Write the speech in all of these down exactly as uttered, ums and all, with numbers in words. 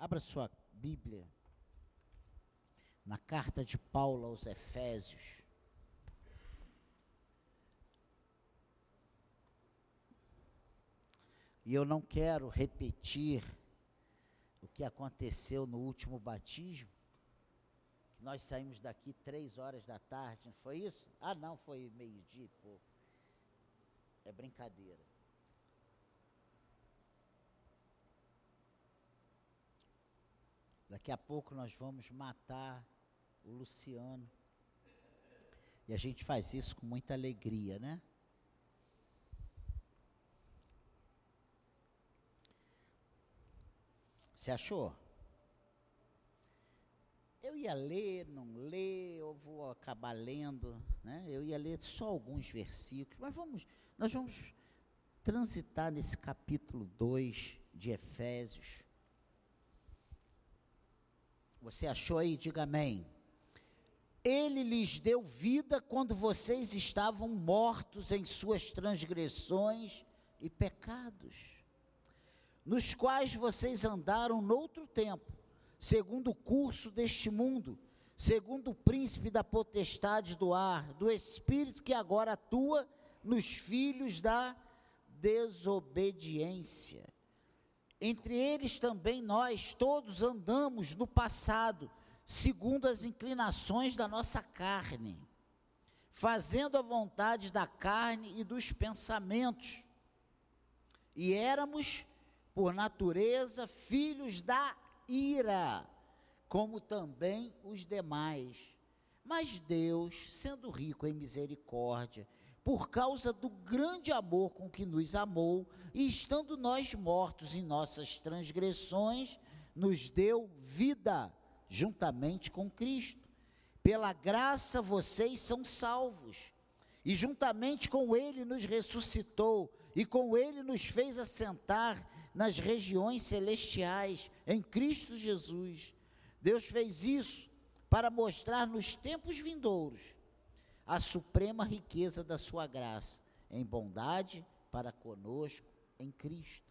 Abra sua Bíblia na carta de Paulo aos Efésios. E eu não quero repetir o que aconteceu no último batismo, que nós saímos daqui três horas da tarde, não foi isso? Ah, não, foi meio-dia, pô. É brincadeira. Daqui a pouco nós vamos matar o Luciano. E a gente faz isso com muita alegria, né? Você achou? Eu ia ler, não ler, eu vou acabar lendo, né? Eu ia ler só alguns versículos, mas vamos, nós vamos transitar nesse capítulo dois de Efésios. Você achou aí? Diga amém. Ele lhes deu vida quando vocês estavam mortos em suas transgressões e pecados, nos quais vocês andaram noutro tempo, segundo o curso deste mundo, segundo o príncipe da potestade do ar, do espírito que agora atua nos filhos da desobediência. Entre eles também nós todos andamos no passado, segundo as inclinações da nossa carne, fazendo a vontade da carne e dos pensamentos, e éramos, por natureza, filhos da ira, como também os demais. Mas Deus, sendo rico em misericórdia, por causa do grande amor com que nos amou, e estando nós mortos em nossas transgressões, nos deu vida juntamente com Cristo. Pela graça vocês são salvos, e juntamente com Ele nos ressuscitou, e com Ele nos fez assentar nas regiões celestiais, em Cristo Jesus. Deus fez isso para mostrar nos tempos vindouros a suprema riqueza da sua graça, em bondade para conosco em Cristo,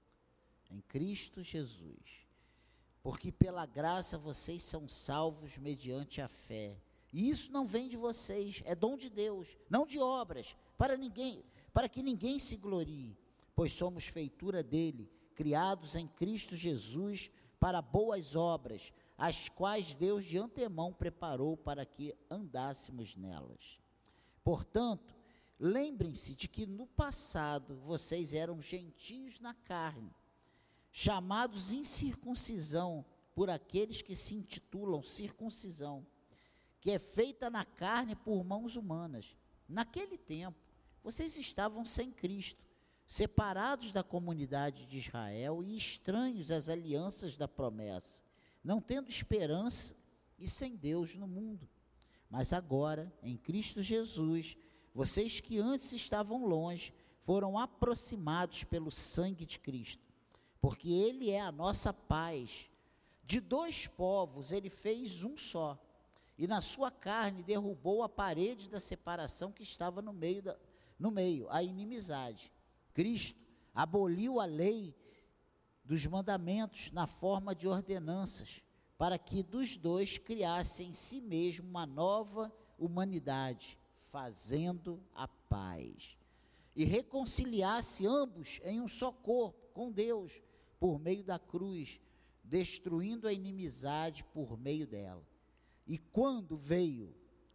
em Cristo Jesus. Porque pela graça vocês são salvos mediante a fé. E isso não vem de vocês, é dom de Deus, não de obras, para ninguém, para que ninguém se glorie, pois somos feitura dele, criados em Cristo Jesus para boas obras, as quais Deus de antemão preparou para que andássemos nelas. Portanto, lembrem-se de que no passado vocês eram gentios na carne, chamados incircuncisão por aqueles que se intitulam circuncisão, que é feita na carne por mãos humanas. Naquele tempo, vocês estavam sem Cristo, separados da comunidade de Israel e estranhos às alianças da promessa, não tendo esperança e sem Deus no mundo. Mas agora, em Cristo Jesus, vocês que antes estavam longe, foram aproximados pelo sangue de Cristo, porque Ele é a nossa paz. De dois povos Ele fez um só, e na sua carne derrubou a parede da separação que estava no meio, da, no meio, a inimizade. Cristo aboliu a lei dos mandamentos na forma de ordenanças, para que dos dois criasse em si mesmo uma nova humanidade, fazendo a paz, e reconciliasse ambos em um só corpo com Deus, por meio da cruz, destruindo a inimizade por meio dela. E quando veio,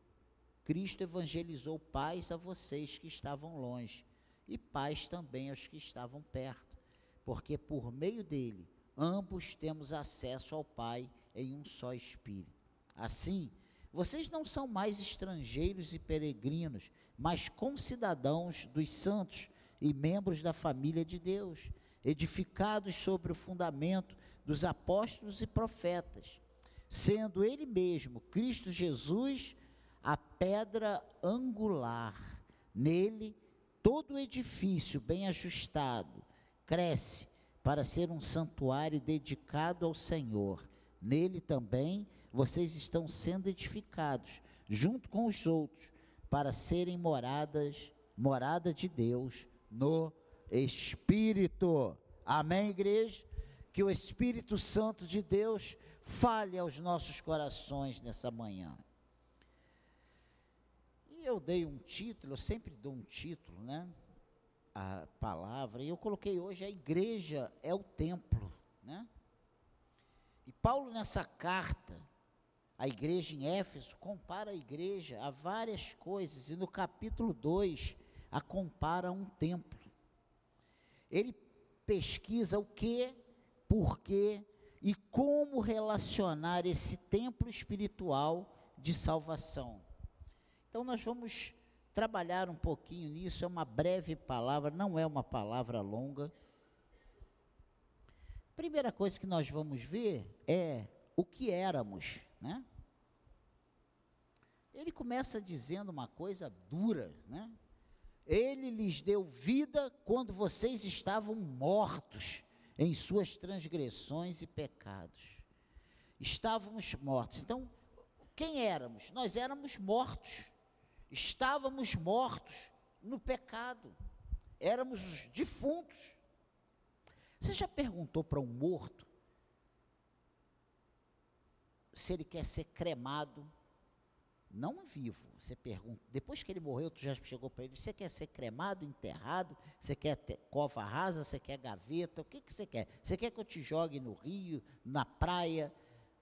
Cristo evangelizou paz a vocês que estavam longe, e paz também aos que estavam perto, porque por meio dele, ambos temos acesso ao Pai em um só Espírito. Assim, vocês não são mais estrangeiros e peregrinos, mas concidadãos dos santos e membros da família de Deus, edificados sobre o fundamento dos apóstolos e profetas, sendo Ele mesmo, Cristo Jesus, a pedra angular. Nele, todo o edifício bem ajustado cresce para ser um santuário dedicado ao Senhor. Nele também vocês estão sendo edificados, junto com os outros, para serem moradas, morada de Deus no Espírito. Amém, igreja? que o Espírito Santo de Deus fale aos nossos corações nessa manhã. E eu dei um título, eu sempre dou um título, né? A palavra, e eu coloquei hoje: a igreja é o templo, né? E Paulo, nessa carta à igreja em Éfeso, compara a igreja a várias coisas, e no capítulo dois a compara a um templo. Ele pesquisa o que, por quê e como relacionar esse templo espiritual de salvação. Então nós vamos trabalhar um pouquinho nisso, é uma breve palavra, não é uma palavra longa. Primeira coisa que nós vamos ver é o que éramos, né? Ele começa dizendo uma coisa dura, né? Ele lhes deu vida quando vocês estavam mortos em suas transgressões e pecados. Estávamos mortos. Então, quem éramos? Nós éramos mortos. Estávamos mortos no pecado. Éramos os defuntos. Você já perguntou para um morto se ele quer ser cremado? Não vivo. Você pergunta, depois que ele morreu, tu já chegou para ele: você quer ser cremado, enterrado? Você quer ter cova rasa? Você quer gaveta? O que, que você quer? Você quer que eu te jogue no rio, na praia?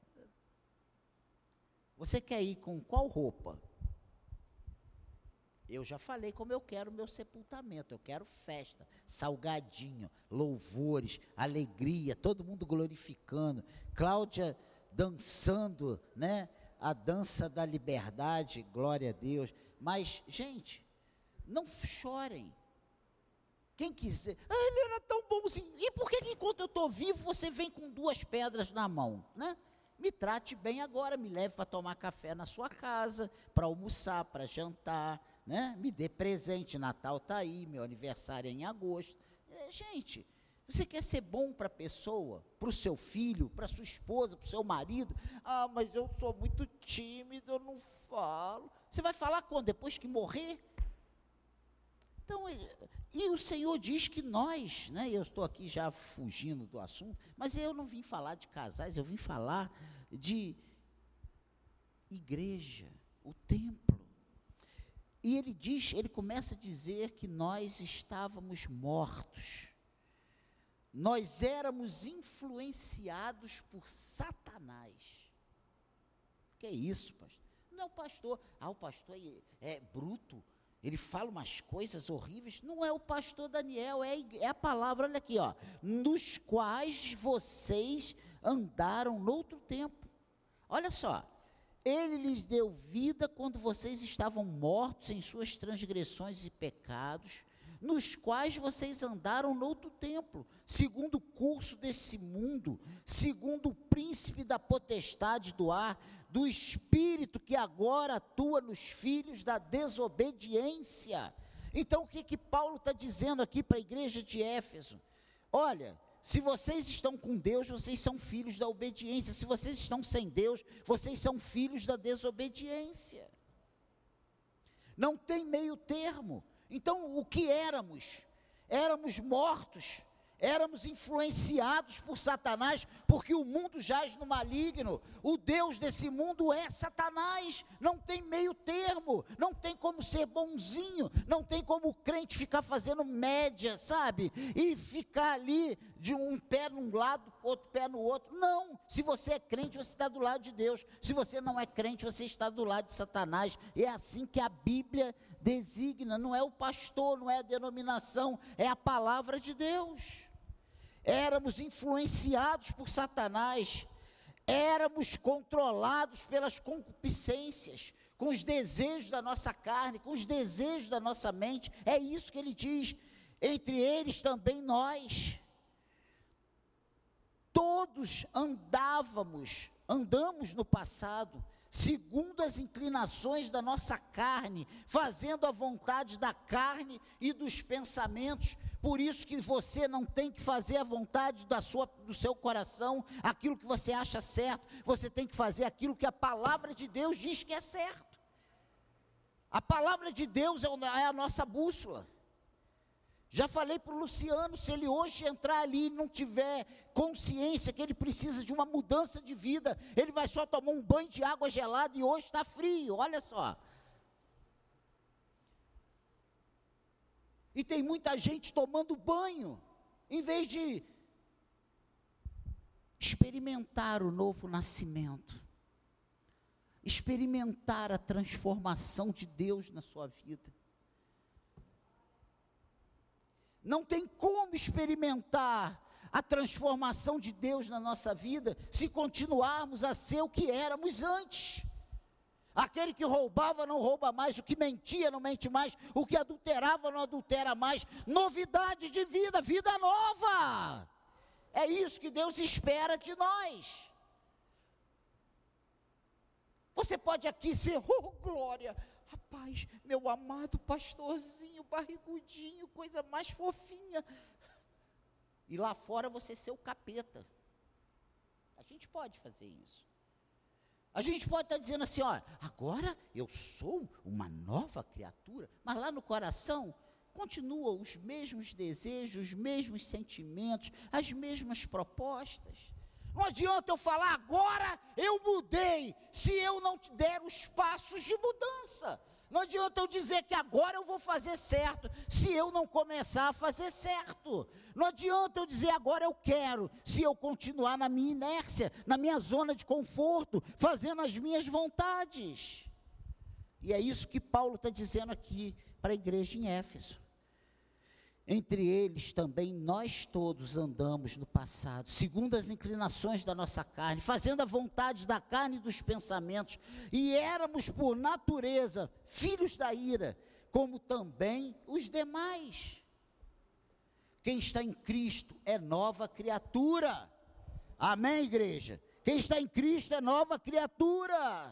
Você quer ir com qual roupa? Eu já falei como eu quero o meu sepultamento. Eu quero festa, salgadinho, louvores, alegria, todo mundo glorificando, Cláudia dançando, né? A dança da liberdade, glória a Deus. Mas, gente, não chorem. Quem quiser, ah, ele era tão bonzinho. E por que que enquanto eu estou vivo, você vem com duas pedras na mão, né? Me trate bem agora, me leve para tomar café na sua casa, para almoçar, para jantar, né? Me dê presente, Natal está aí, meu aniversário é em agosto. É, gente, você quer ser bom para a pessoa, para o seu filho, para a sua esposa, para o seu marido? Ah, mas eu sou muito tímido, eu não falo. Você vai falar quando? Depois que morrer? Então, e o Senhor diz que nós, né, eu estou aqui já fugindo do assunto, mas eu não vim falar de casais, eu vim falar de igreja, o templo. E ele diz, ele começa a dizer que nós estávamos mortos. Nós éramos influenciados por Satanás. Que é isso, pastor? Não, pastor. Ah, o pastor é, é bruto. Ele fala umas coisas horríveis. Não é o pastor Daniel, é, é a palavra, olha aqui, ó. Nos quais vocês andaram noutro tempo. Olha só. Ele lhes deu vida quando vocês estavam mortos em suas transgressões e pecados, nos quais vocês andaram noutro templo, segundo o curso desse mundo, segundo o príncipe da potestade do ar, do espírito que agora atua nos filhos da desobediência. Então, o que que Paulo está dizendo aqui para a igreja de Éfeso? Olha, se vocês estão com Deus, vocês são filhos da obediência. Se vocês estão sem Deus, vocês são filhos da desobediência. Não tem meio termo. Então, o que éramos? Éramos mortos, éramos influenciados por Satanás, porque o mundo jaz no maligno. O Deus desse mundo é Satanás. Não tem meio termo, não tem como ser bonzinho, não tem como o crente ficar fazendo média, sabe? E ficar ali de um pé num lado, outro pé no outro. Não, se você é crente, você está do lado de Deus. Se você não é crente, você está do lado de Satanás. É assim que a Bíblia designa, não é o pastor, não é a denominação, é a palavra de Deus. Éramos influenciados por Satanás, éramos controlados pelas concupiscências, com os desejos da nossa carne, com os desejos da nossa mente. É isso que ele diz, entre eles também nós. Todos andávamos, andamos no passado, segundo as inclinações da nossa carne, fazendo a vontade da carne e dos pensamentos. Por isso que você não tem que fazer a vontade da sua, do seu coração, aquilo que você acha certo. Você tem que fazer aquilo que a palavra de Deus diz que é certo. A palavra de Deus é a nossa bússola. Já falei para o Luciano, se ele hoje entrar ali e não tiver consciência que ele precisa de uma mudança de vida, ele vai só tomar um banho de água gelada e hoje está frio, olha só. E tem muita gente tomando banho, em vez de experimentar o novo nascimento, experimentar a transformação de Deus na sua vida. Não tem como experimentar a transformação de Deus na nossa vida se continuarmos a ser o que éramos antes. Aquele que roubava não rouba mais, o que mentia não mente mais, o que adulterava não adultera mais. Novidade de vida, vida nova. É isso que Deus espera de nós. Você pode aqui ser, oh glória, rapaz, meu amado pastorzinho, barrigudinho, coisa mais fofinha. E lá fora você ser o capeta. A gente pode fazer isso. A gente pode estar dizendo assim, ó, agora eu sou uma nova criatura, mas lá no coração continuam os mesmos desejos, os mesmos sentimentos, as mesmas propostas. Não adianta eu falar, agora eu mudei, se eu não te der os passos de mudança. Não adianta eu dizer que agora eu vou fazer certo, se eu não começar a fazer certo. Não adianta eu dizer agora eu quero, se eu continuar na minha inércia, na minha zona de conforto, fazendo as minhas vontades. E é isso que Paulo está dizendo aqui para a igreja em Éfeso. Entre eles também nós todos andamos no passado, segundo as inclinações da nossa carne, fazendo a vontade da carne e dos pensamentos, e éramos por natureza filhos da ira, como também os demais. Quem está em Cristo é nova criatura. Amém, igreja? Quem está em Cristo é nova criatura.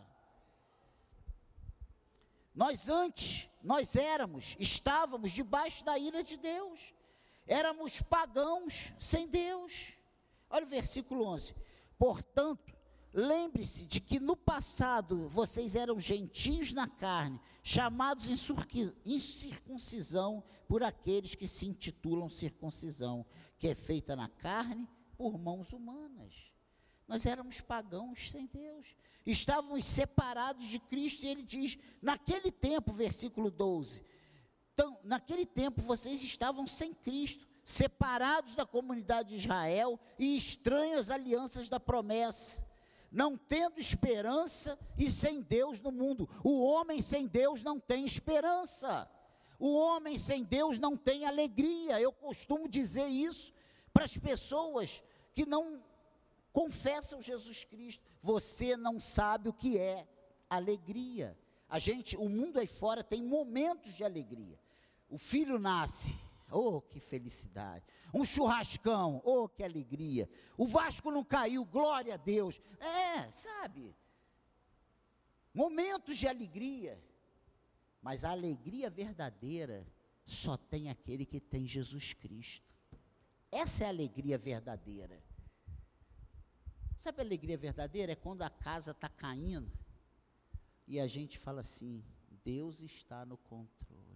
Nós antes, nós éramos, estávamos debaixo da ira de Deus, éramos pagãos sem Deus. Olha o versículo onze, portanto, lembre-se de que no passado, vocês eram gentios na carne, chamados em circuncisão, por aqueles que se intitulam circuncisão, que é feita na carne, por mãos humanas. Nós éramos pagãos sem Deus, estávamos separados de Cristo, e ele diz, naquele tempo, versículo doze, então, naquele tempo vocês estavam sem Cristo, separados da comunidade de Israel, e estranhos às alianças da promessa, não tendo esperança e sem Deus no mundo. O homem sem Deus não tem esperança, o homem sem Deus não tem alegria. Eu costumo dizer isso para as pessoas que não confessam Jesus Cristo, você não sabe o que é alegria. A gente, o mundo aí fora tem momentos de alegria. O filho nasce, oh que felicidade. Um churrascão, oh que alegria. O Vasco não caiu, glória a Deus. É, sabe? Momentos de alegria. Mas a alegria verdadeira só tem aquele que tem Jesus Cristo. Essa é a alegria verdadeira. Sabe a alegria verdadeira? É quando a casa está caindo e a gente fala assim, Deus está no controle.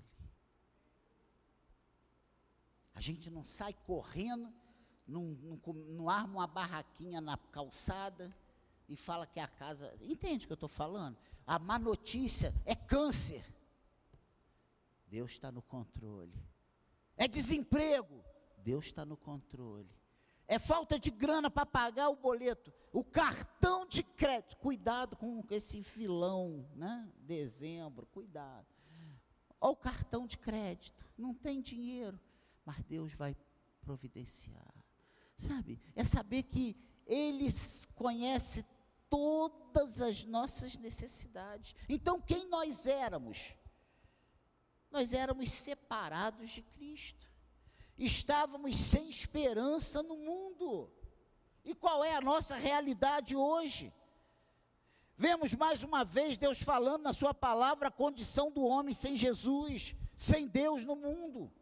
A gente não sai correndo, não, não, não arma uma barraquinha na calçada e fala que a casa... Entende o que eu estou falando? A má notícia é câncer. Deus está no controle. É desemprego. Deus está no controle. É falta de grana para pagar o boleto, o cartão de crédito, cuidado com esse filão, né? Dezembro, cuidado. Ou o cartão de crédito, não tem dinheiro, mas Deus vai providenciar. Sabe, é saber que Ele conhece todas as nossas necessidades. Então, quem nós éramos? Nós éramos separados de Cristo. Estávamos sem esperança no mundo. E qual é a nossa realidade hoje? Vemos mais uma vez Deus falando na sua palavra a condição do homem sem Jesus, sem Deus no mundo.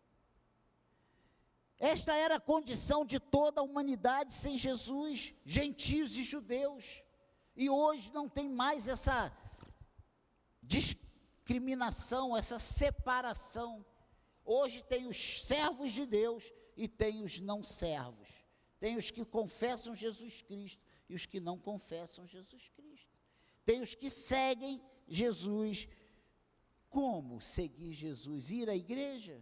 Esta era a condição de toda a humanidade sem Jesus, gentios e judeus. E hoje não tem mais essa discriminação, essa separação. Hoje tem os servos de Deus e tem os não servos. Tem os que confessam Jesus Cristo e os que não confessam Jesus Cristo. Tem os que seguem Jesus. Como seguir Jesus? Ir à igreja?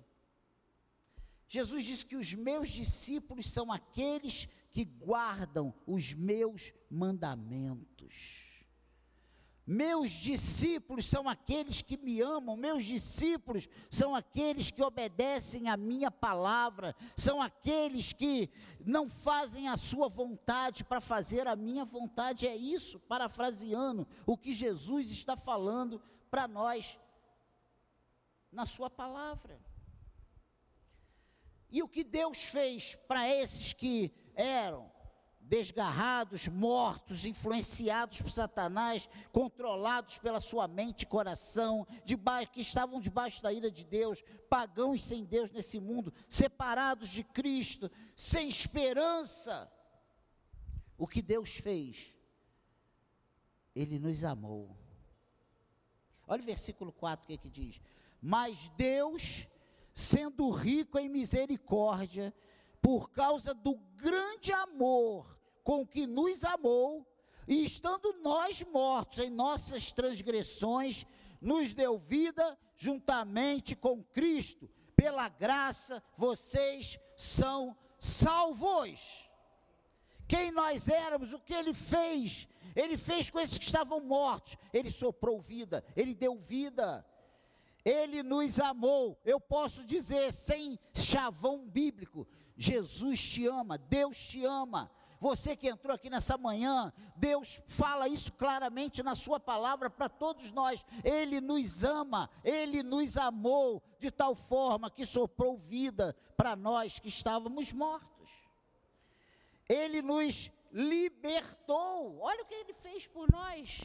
Jesus disse que os meus discípulos são aqueles que guardam os meus mandamentos. Meus discípulos são aqueles que me amam, meus discípulos são aqueles que obedecem a minha palavra, são aqueles que não fazem a sua vontade para fazer a minha vontade. É isso, parafraseando o que Jesus está falando para nós na sua palavra. E o que Deus fez para esses que eram desgarrados, mortos, influenciados por Satanás, controlados pela sua mente e coração, debaixo, que estavam debaixo da ira de Deus, pagãos sem Deus nesse mundo, separados de Cristo, sem esperança. O que Deus fez? Ele nos amou. Olha o versículo quatro, o que, é que diz? Mas Deus, sendo rico em misericórdia, por causa do grande amor com que nos amou, e estando nós mortos em nossas transgressões, nos deu vida juntamente com Cristo. Pela graça, vocês são salvos. Quem nós éramos, o que Ele fez? Ele fez com esses que estavam mortos. Ele soprou vida, Ele deu vida. Ele nos amou. Eu posso dizer sem chavão bíblico, Jesus te ama, Deus te ama. Você que entrou aqui nessa manhã, Deus fala isso claramente na sua palavra para todos nós. Ele nos ama, Ele nos amou de tal forma que soprou vida para nós que estávamos mortos. Ele nos libertou. Olha o que Ele fez por nós.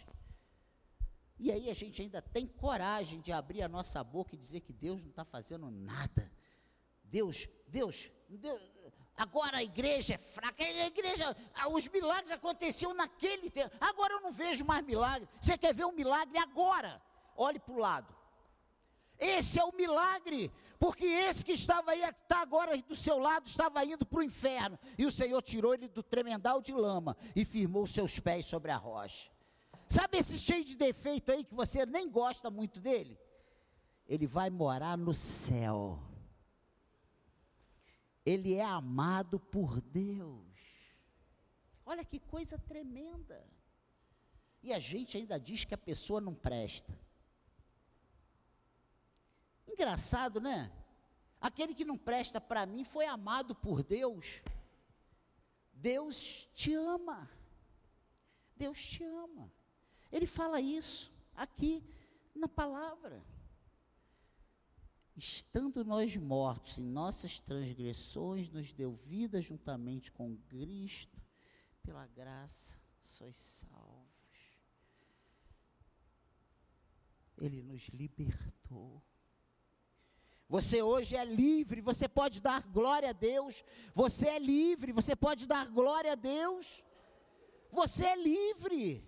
E aí a gente ainda tem coragem de abrir a nossa boca e dizer que Deus não está fazendo nada. Deus, Deus, Deus, agora a igreja é fraca, a igreja, os milagres aconteciam naquele tempo, agora eu não vejo mais milagre. Você quer ver um milagre agora? Olhe para o lado. Esse é o milagre, porque esse que estava aí, que está agora do seu lado, estava indo para o inferno, e o Senhor tirou ele do tremendal de lama, e firmou seus pés sobre a rocha. Sabe esse cheio de defeito aí, que você nem gosta muito dele? Ele vai morar no céu. Ele é amado por Deus. Olha que coisa tremenda. E a gente ainda diz que a pessoa não presta. Engraçado, né? Aquele que não presta para mim foi amado por Deus. Deus te ama. Deus te ama. Ele fala isso aqui na palavra. Estando nós mortos em nossas transgressões, nos deu vida juntamente com Cristo, pela graça sois salvos. Ele nos libertou. Você hoje é livre, você pode dar glória a Deus. Você é livre, você pode dar glória a Deus. Você é livre.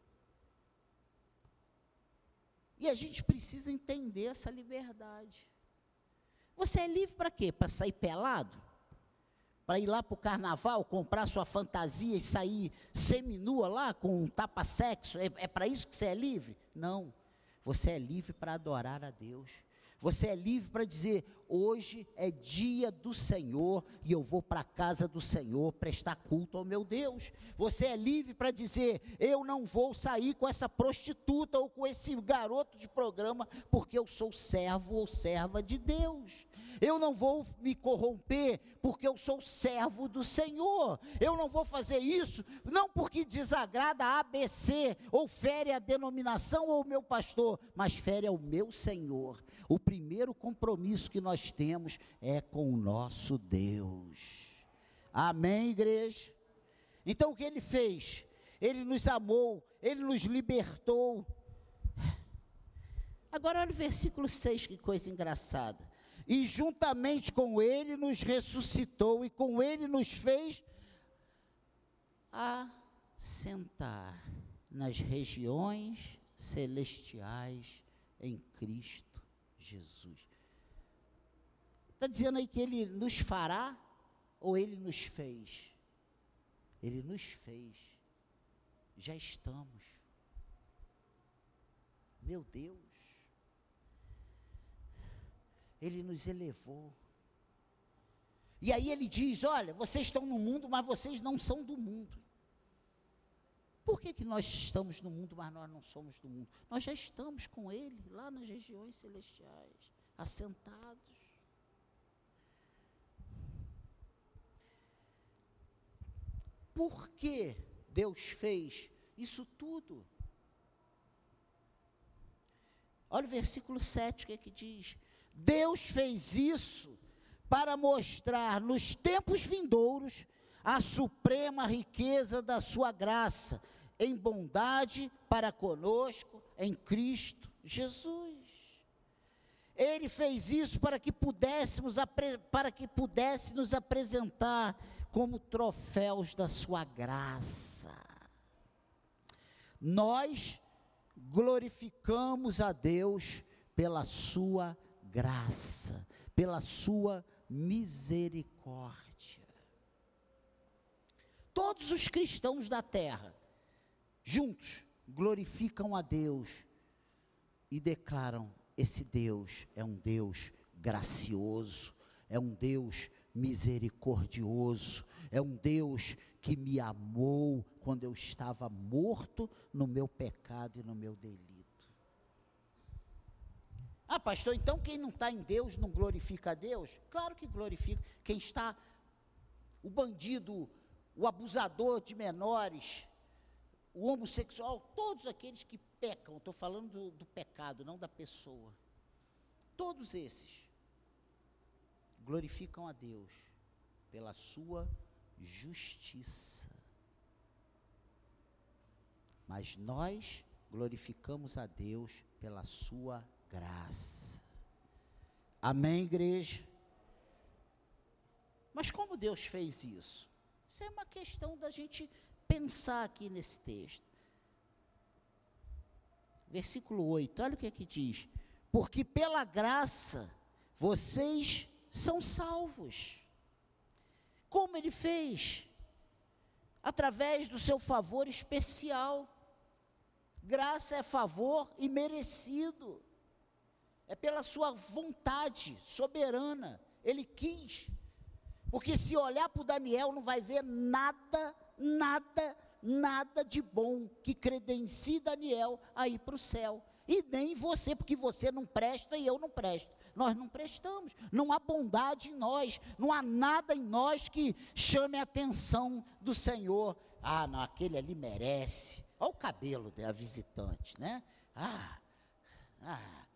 E a gente precisa entender essa liberdade. Você é livre para quê? Para sair pelado? Para ir lá para o carnaval, comprar sua fantasia e sair seminua lá com um tapa-sexo? É, é para isso que você é livre? Não. Você é livre para adorar a Deus. Você é livre para dizer, hoje é dia do Senhor e eu vou para a casa do Senhor prestar culto ao meu Deus. Você é livre para dizer, eu não vou sair com essa prostituta ou com esse garoto de programa, porque eu sou servo ou serva de Deus. Eu não vou me corromper, porque eu sou servo do Senhor. Eu não vou fazer isso, não porque desagrada a A B C, ou fere a denominação ou o meu pastor, mas fere ao meu Senhor. O primeiro compromisso que nós temos é com o nosso Deus. Amém, igreja? Então o que Ele fez? Ele nos amou, Ele nos libertou. Agora olha o versículo seis, que coisa engraçada. E juntamente com Ele nos ressuscitou, e com Ele nos fez assentar nas regiões celestiais em Cristo Jesus. Está dizendo aí que Ele nos fará ou Ele nos fez? Ele nos fez. Já estamos. Meu Deus. Ele nos elevou. E aí Ele diz, olha, vocês estão no mundo, mas vocês não são do mundo. Por que que nós estamos no mundo, mas nós não somos do mundo? Nós já estamos com Ele, lá nas regiões celestiais, assentados. Por que Deus fez isso tudo? Olha o versículo sete, o que é que diz? Deus fez isso para mostrar nos tempos vindouros a suprema riqueza da sua graça, em bondade para conosco, em Cristo Jesus. Ele fez isso para que pudéssemos, para que pudesse nos apresentar como troféus da sua graça. Nós glorificamos a Deus pela sua graça, pela sua misericórdia. Todos os cristãos da terra, juntos, glorificam a Deus e declaram: esse Deus é um Deus gracioso, é um Deus misericordioso, é um Deus que me amou quando eu estava morto no meu pecado e no meu delito. Ah, pastor, então quem não está em Deus não glorifica a Deus? Claro que glorifica. Quem está, o bandido, o abusador de menores, o homossexual, todos aqueles que pecam, estou falando do, do pecado, não da pessoa, todos esses glorificam a Deus pela sua justiça. Mas nós glorificamos a Deus pela sua graça. Amém, igreja? Mas como Deus fez isso? Isso é uma questão da gente pensar aqui nesse texto. Versículo oito, olha o que é que diz: porque pela graça vocês são salvos. Como Ele fez? Através do seu favor especial. Graça é favor imerecido. É pela sua vontade soberana. Ele quis. Porque se olhar para o Daniel, não vai ver nada, nada, nada de bom que credencie Daniel a ir para o céu. E nem você, porque você não presta e eu não presto. Nós não prestamos, não há bondade em nós, não há nada em nós que chame a atenção do Senhor. Ah, não, aquele ali merece. Olha o cabelo da visitante, né? Ah, ah,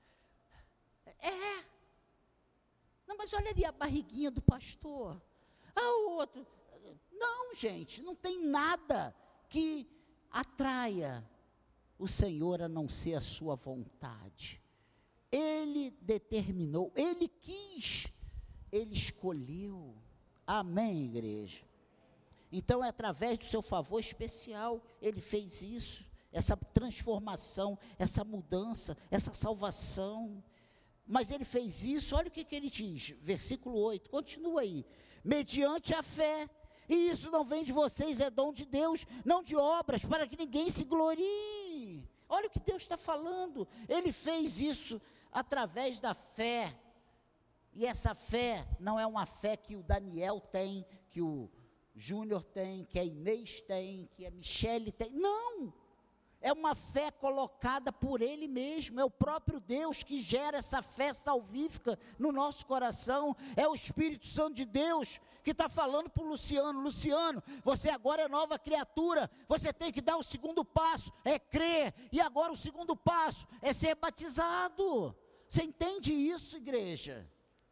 é. Não, mas olha ali a barriguinha do pastor. Ah, o outro. Não, gente, não tem nada que atraia o Senhor a não ser a sua vontade. Ele determinou, Ele quis, Ele escolheu. Amém, igreja? Então é através do seu favor especial, Ele fez isso, essa transformação, essa mudança, essa salvação. Mas Ele fez isso, olha o que, que Ele diz, versículo oito, continua aí: mediante a fé, e isso não vem de vocês, é dom de Deus, não de obras, para que ninguém se glorie. Olha o que Deus está falando, Ele fez isso através da fé, e essa fé não é uma fé que o Daniel tem, que o Júnior tem, que a Inês tem, que a Michele tem, não, é uma fé colocada por Ele mesmo, é o próprio Deus que gera essa fé salvífica no nosso coração, é o Espírito Santo de Deus que está falando para o Luciano: Luciano, você agora é nova criatura, você tem que dar o segundo passo, é crer, e agora o segundo passo é ser batizado. Você entende isso, igreja?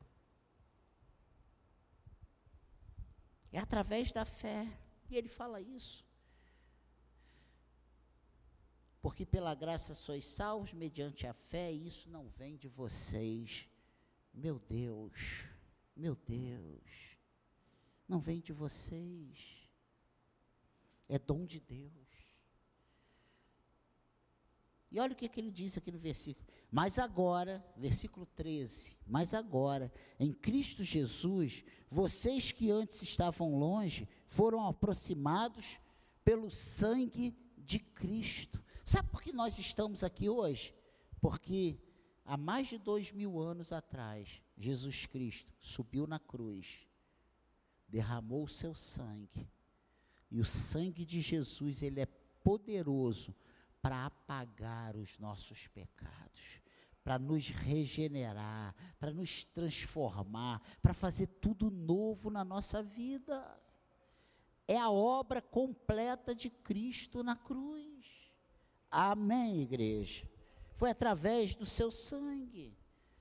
É através da fé, e ele fala isso. Porque pela graça sois salvos mediante a fé, e isso não vem de vocês. Meu Deus, meu Deus, não vem de vocês, é dom de Deus. E olha o que, que ele diz aqui no versículo. Mas agora, versículo treze, mas agora, em Cristo Jesus, vocês que antes estavam longe, foram aproximados pelo sangue de Cristo. Sabe por que nós estamos aqui hoje? Porque há mais de dois mil anos atrás, Jesus Cristo subiu na cruz, derramou o seu sangue, e o sangue de Jesus, ele é poderoso para apagar os nossos pecados, para nos regenerar, para nos transformar, para fazer tudo novo na nossa vida. É a obra completa de Cristo na cruz. Amém, igreja? Foi através do seu sangue.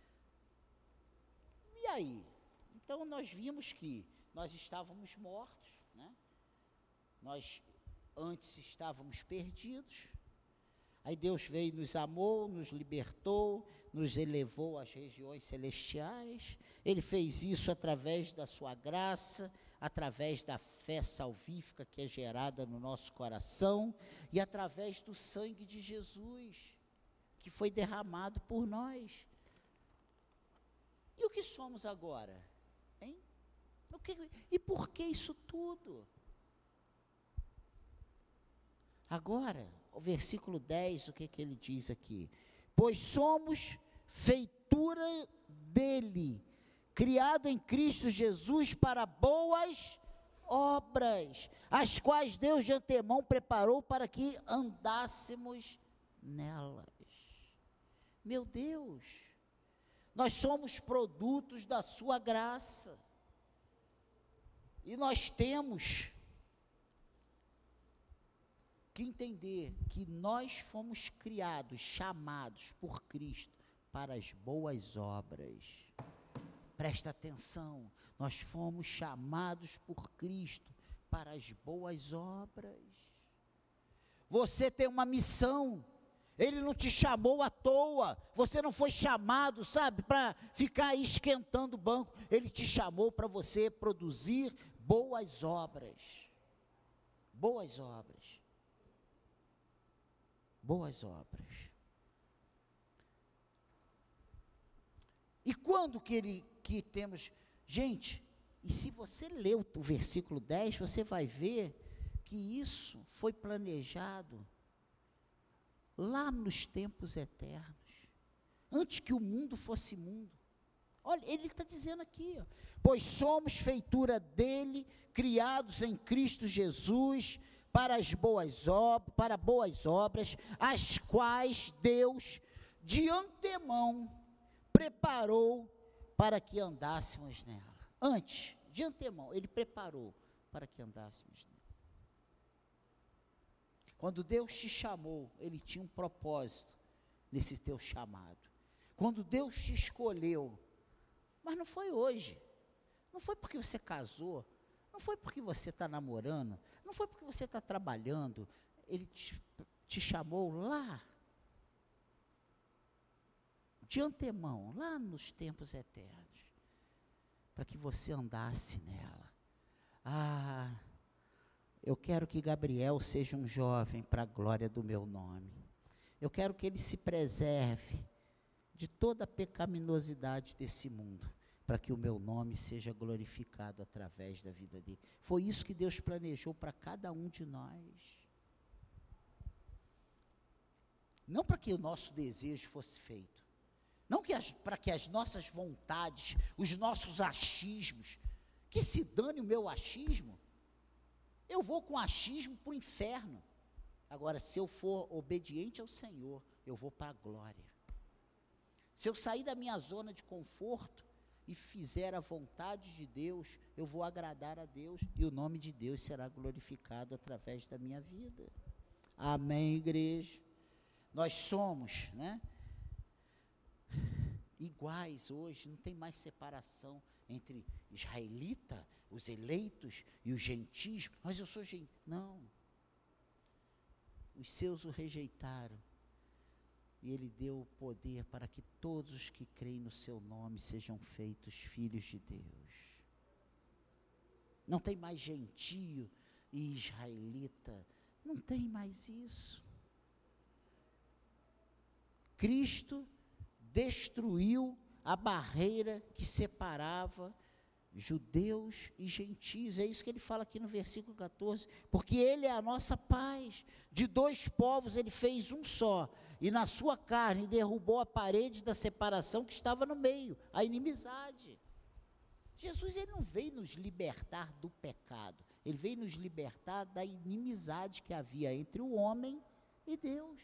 E aí? Então nós vimos que nós estávamos mortos, né? Nós antes estávamos perdidos. Aí Deus veio, nos amou, nos libertou, nos elevou às regiões celestiais. Ele fez isso através da sua graça, através da fé salvífica que é gerada no nosso coração e através do sangue de Jesus, que foi derramado por nós. E o que somos agora? Hein? O que, e por que isso tudo? Agora, o versículo dez, o que, que ele diz aqui? Pois somos feitura dele, criado em Cristo Jesus para boas obras, as quais Deus de antemão preparou para que andássemos nelas. Meu Deus, nós somos produtos da sua graça, e nós temos que entender que nós fomos criados, chamados por Cristo para as boas obras. Presta atenção, nós fomos chamados por Cristo para as boas obras. Você tem uma missão, Ele não te chamou à toa, você não foi chamado, sabe, para ficar aí esquentando o banco. Ele te chamou para você produzir boas obras. Boas obras. Boas obras. E quando que ele, que temos, gente, e se você ler o, o versículo dez, você vai ver que isso foi planejado lá nos tempos eternos, antes que o mundo fosse mundo. Olha, ele está dizendo aqui, ó, pois somos feitura dele, criados em Cristo Jesus, para as boas obras, para boas obras, as quais Deus de antemão preparou para que andássemos nela. Antes, de antemão, Ele preparou para que andássemos nela. Quando Deus te chamou, Ele tinha um propósito nesse teu chamado. Quando Deus te escolheu, mas não foi hoje, não foi porque você casou, não foi porque você está namorando, não foi porque você está trabalhando, Ele te, te chamou lá, de antemão, lá nos tempos eternos, para que você andasse nela. Ah, eu quero que Gabriel seja um jovem para a glória do meu nome. Eu quero que ele se preserve de toda a pecaminosidade desse mundo, para que o meu nome seja glorificado através da vida dele. Foi isso que Deus planejou para cada um de nós. Não para que o nosso desejo fosse feito, não que as, para que as nossas vontades, os nossos achismos, que se dane o meu achismo, eu vou com achismo para o inferno. Agora, se eu for obediente ao Senhor, eu vou para a glória. Se eu sair da minha zona de conforto e fizer a vontade de Deus, eu vou agradar a Deus e o nome de Deus será glorificado através da minha vida. Amém, igreja? Nós somos, né, iguais hoje, não tem mais separação entre israelita, os eleitos e os gentios. Mas eu sou gentio. Não. Os seus o rejeitaram. E ele deu o poder para que todos os que creem no seu nome sejam feitos filhos de Deus. Não tem mais gentio e israelita. Não tem mais isso. Cristo destruiu a barreira que separava judeus e gentios. É isso que ele fala aqui no versículo catorze, porque ele é a nossa paz, de dois povos ele fez um só, e na sua carne derrubou a parede da separação que estava no meio, a inimizade. Jesus, ele não veio nos libertar do pecado, ele veio nos libertar da inimizade que havia entre o homem e Deus.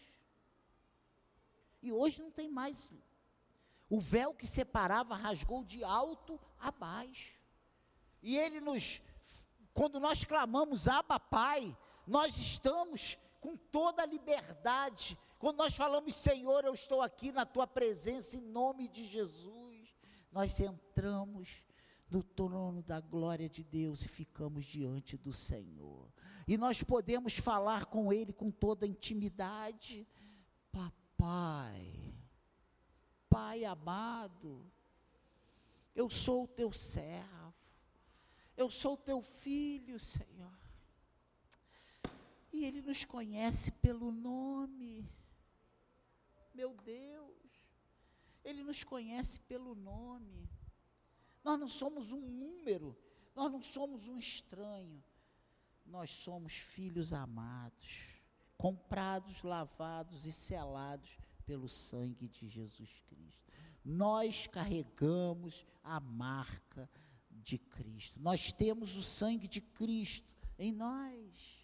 E hoje não tem mais. O véu que separava rasgou de alto a baixo. E ele nos, quando nós clamamos Abba Pai, nós estamos com toda a liberdade. Quando nós falamos, Senhor, eu estou aqui na tua presença em nome de Jesus, nós entramos no trono da glória de Deus e ficamos diante do Senhor. E nós podemos falar com Ele com toda a intimidade. Papai, Pai amado, eu sou o teu servo, eu sou o teu filho, Senhor. E Ele nos conhece pelo nome, meu Deus, Ele nos conhece pelo nome. Nós não somos um número, nós não somos um estranho, nós somos filhos amados, comprados, lavados e selados pelo sangue de Jesus Cristo. Nós carregamos a marca de Cristo, nós temos o sangue de Cristo em nós.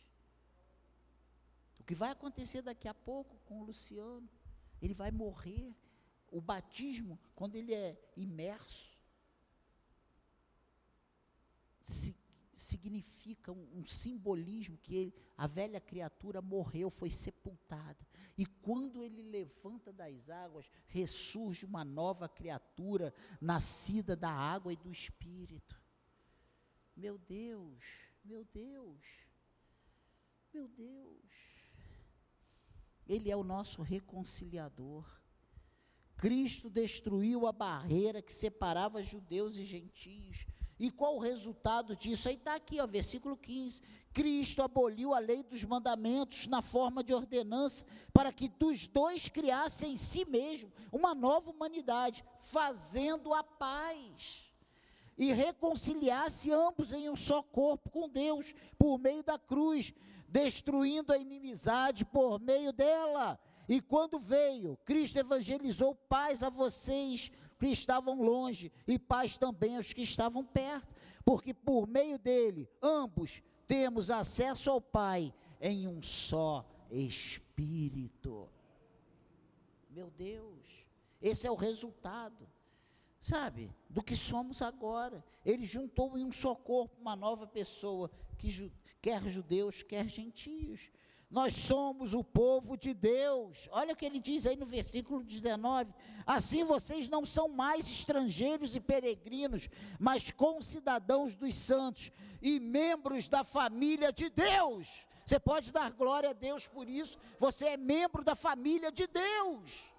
O que vai acontecer daqui a pouco com o Luciano, ele vai morrer, o batismo, quando ele é imerso, si, significa um, um simbolismo que ele, a velha criatura morreu, foi sepultada, e quando ele levanta das águas, ressurge uma nova criatura, nascida da água e do Espírito. Meu Deus, meu Deus, meu Deus, Ele é o nosso reconciliador. Cristo destruiu a barreira que separava judeus e gentios. E qual o resultado disso? Aí está aqui, ó, versículo quinze. Cristo aboliu a lei dos mandamentos na forma de ordenança, para que dos dois criassem em si mesmo uma nova humanidade, fazendo a paz, e reconciliasse ambos em um só corpo com Deus, por meio da cruz, destruindo a inimizade por meio dela. E quando veio, Cristo evangelizou paz a vocês que estavam longe, e paz também aos que estavam perto, porque por meio dele, ambos temos acesso ao Pai em um só Espírito. Meu Deus, esse é o resultado, sabe, do que somos agora. Ele juntou em um só corpo uma nova pessoa, que ju, quer judeus, quer gentios. Nós somos o povo de Deus. Olha o que ele diz aí no versículo dezenove. Assim vocês não são mais estrangeiros e peregrinos, mas concidadãos dos santos e membros da família de Deus. Você pode dar glória a Deus por isso. Você é membro da família de Deus.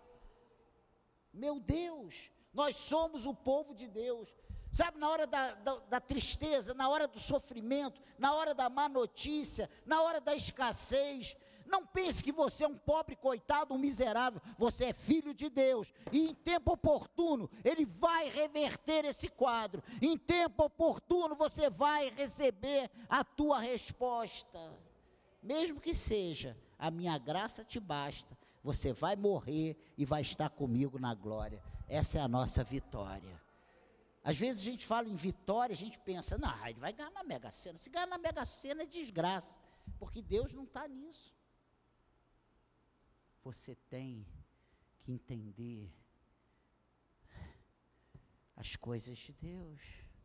Meu Deus, nós somos o povo de Deus. Sabe, na hora da, da, da tristeza, na hora do sofrimento, na hora da má notícia, na hora da escassez, não pense que você é um pobre coitado, um miserável. Você é filho de Deus, e em tempo oportuno Ele vai reverter esse quadro. Em tempo oportuno você vai receber a tua resposta, mesmo que seja: a minha graça te basta. Você vai morrer e vai estar comigo na glória. Essa é a nossa vitória. Às vezes a gente fala em vitória, a gente pensa, não, ele vai ganhar na Mega Sena. Se ganhar na Mega Sena é desgraça, porque Deus não está nisso. Você tem que entender as coisas de Deus.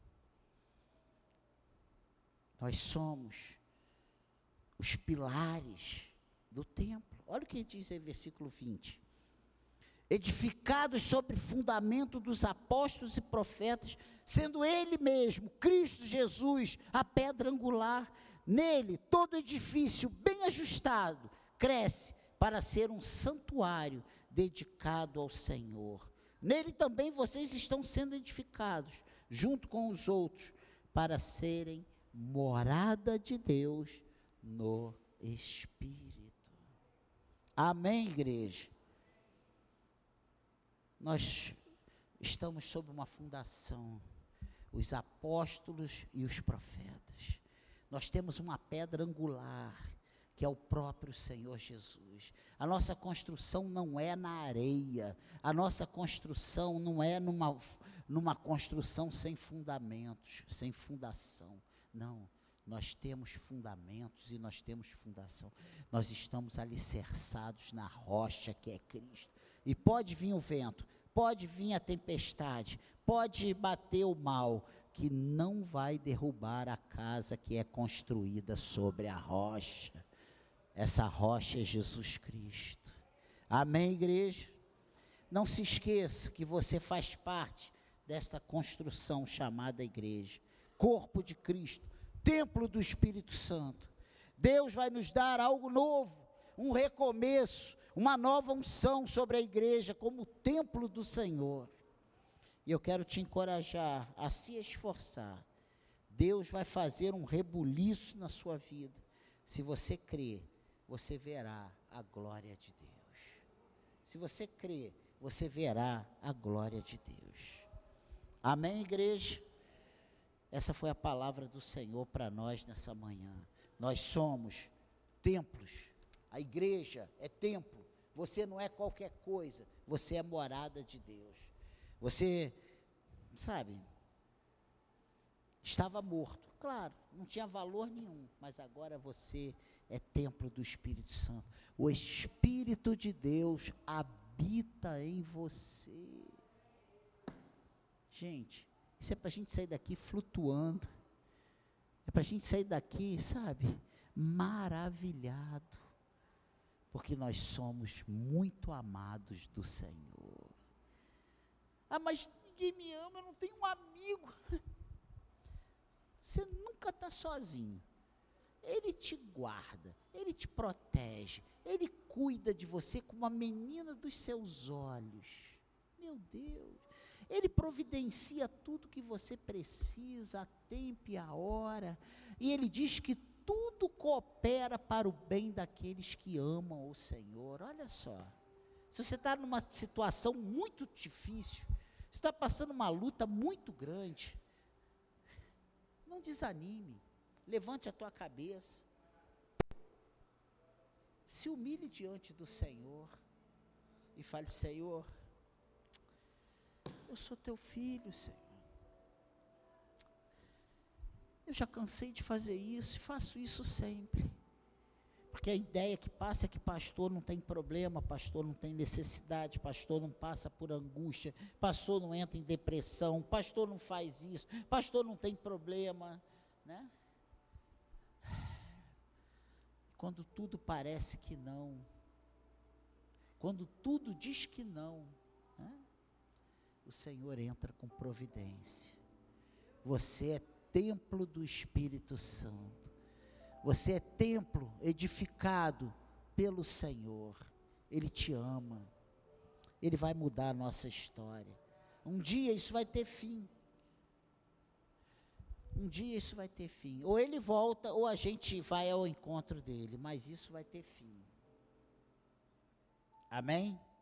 Nós somos os pilares do templo. Olha o que diz aí, versículo vinte. Edificados sobre fundamento dos apóstolos e profetas, sendo Ele mesmo, Cristo Jesus, a pedra angular. Nele, todo edifício bem ajustado, cresce para ser um santuário dedicado ao Senhor. Nele também vocês estão sendo edificados, junto com os outros, para serem morada de Deus no Espírito. Amém, igreja? nós estamos sob uma fundação, os apóstolos e os profetas. Nós temos uma pedra angular, que é o próprio Senhor Jesus. A nossa construção não é na areia, a nossa construção não é numa, numa construção sem fundamentos, sem fundação. Não, nós temos fundamentos e nós temos fundação. Nós estamos alicerçados na rocha que é Cristo. E pode vir o vento, pode vir a tempestade, pode bater o mal, que não vai derrubar a casa que é construída sobre a rocha. Essa rocha é Jesus Cristo. Amém, igreja? Não se esqueça que você faz parte dessa construção chamada igreja, corpo de Cristo, templo do Espírito Santo. Deus vai nos dar algo novo, um recomeço, uma nova unção sobre a igreja como templo do Senhor. E eu quero te encorajar a se esforçar. Deus vai fazer um rebuliço na sua vida. Se você crer, você verá a glória de Deus. Se você crer, você verá a glória de Deus. Amém, igreja? Essa foi a palavra do Senhor para nós nessa manhã. Nós somos templos. A igreja é templo. Você não é qualquer coisa. Você é morada de Deus. Você, sabe, estava morto. Claro, não tinha valor nenhum. Mas agora você é templo do Espírito Santo. O Espírito de Deus habita em você. Gente, isso é para a gente sair daqui flutuando. É para a gente sair daqui, sabe, maravilhado. Porque nós somos muito amados do Senhor. Ah, mas ninguém me ama, eu não tenho um amigo. Você nunca está sozinho. Ele te guarda, Ele te protege, Ele cuida de você como a menina dos seus olhos. Meu Deus, Ele providencia tudo que você precisa, a tempo e a hora, e Ele diz que tudo coopera para o bem daqueles que amam o Senhor. Olha só, se você está numa situação muito difícil, você está passando uma luta muito grande, não desanime. Levante a tua cabeça, se humilhe diante do Senhor e fale: Senhor, eu sou teu filho, Senhor. Eu já cansei de fazer isso e faço isso sempre. Porque a ideia que passa é que pastor não tem problema, pastor não tem necessidade, pastor não passa por angústia, pastor não entra em depressão, pastor não faz isso, pastor não tem problema, né? Quando tudo parece que não, quando tudo diz que não, né? O Senhor entra com providência. Você é templo do Espírito Santo, você é templo edificado pelo Senhor. Ele te ama, Ele vai mudar a nossa história. Um dia isso vai ter fim. Um dia isso vai ter fim. Ou Ele volta, ou a gente vai ao encontro dEle, mas isso vai ter fim. Amém?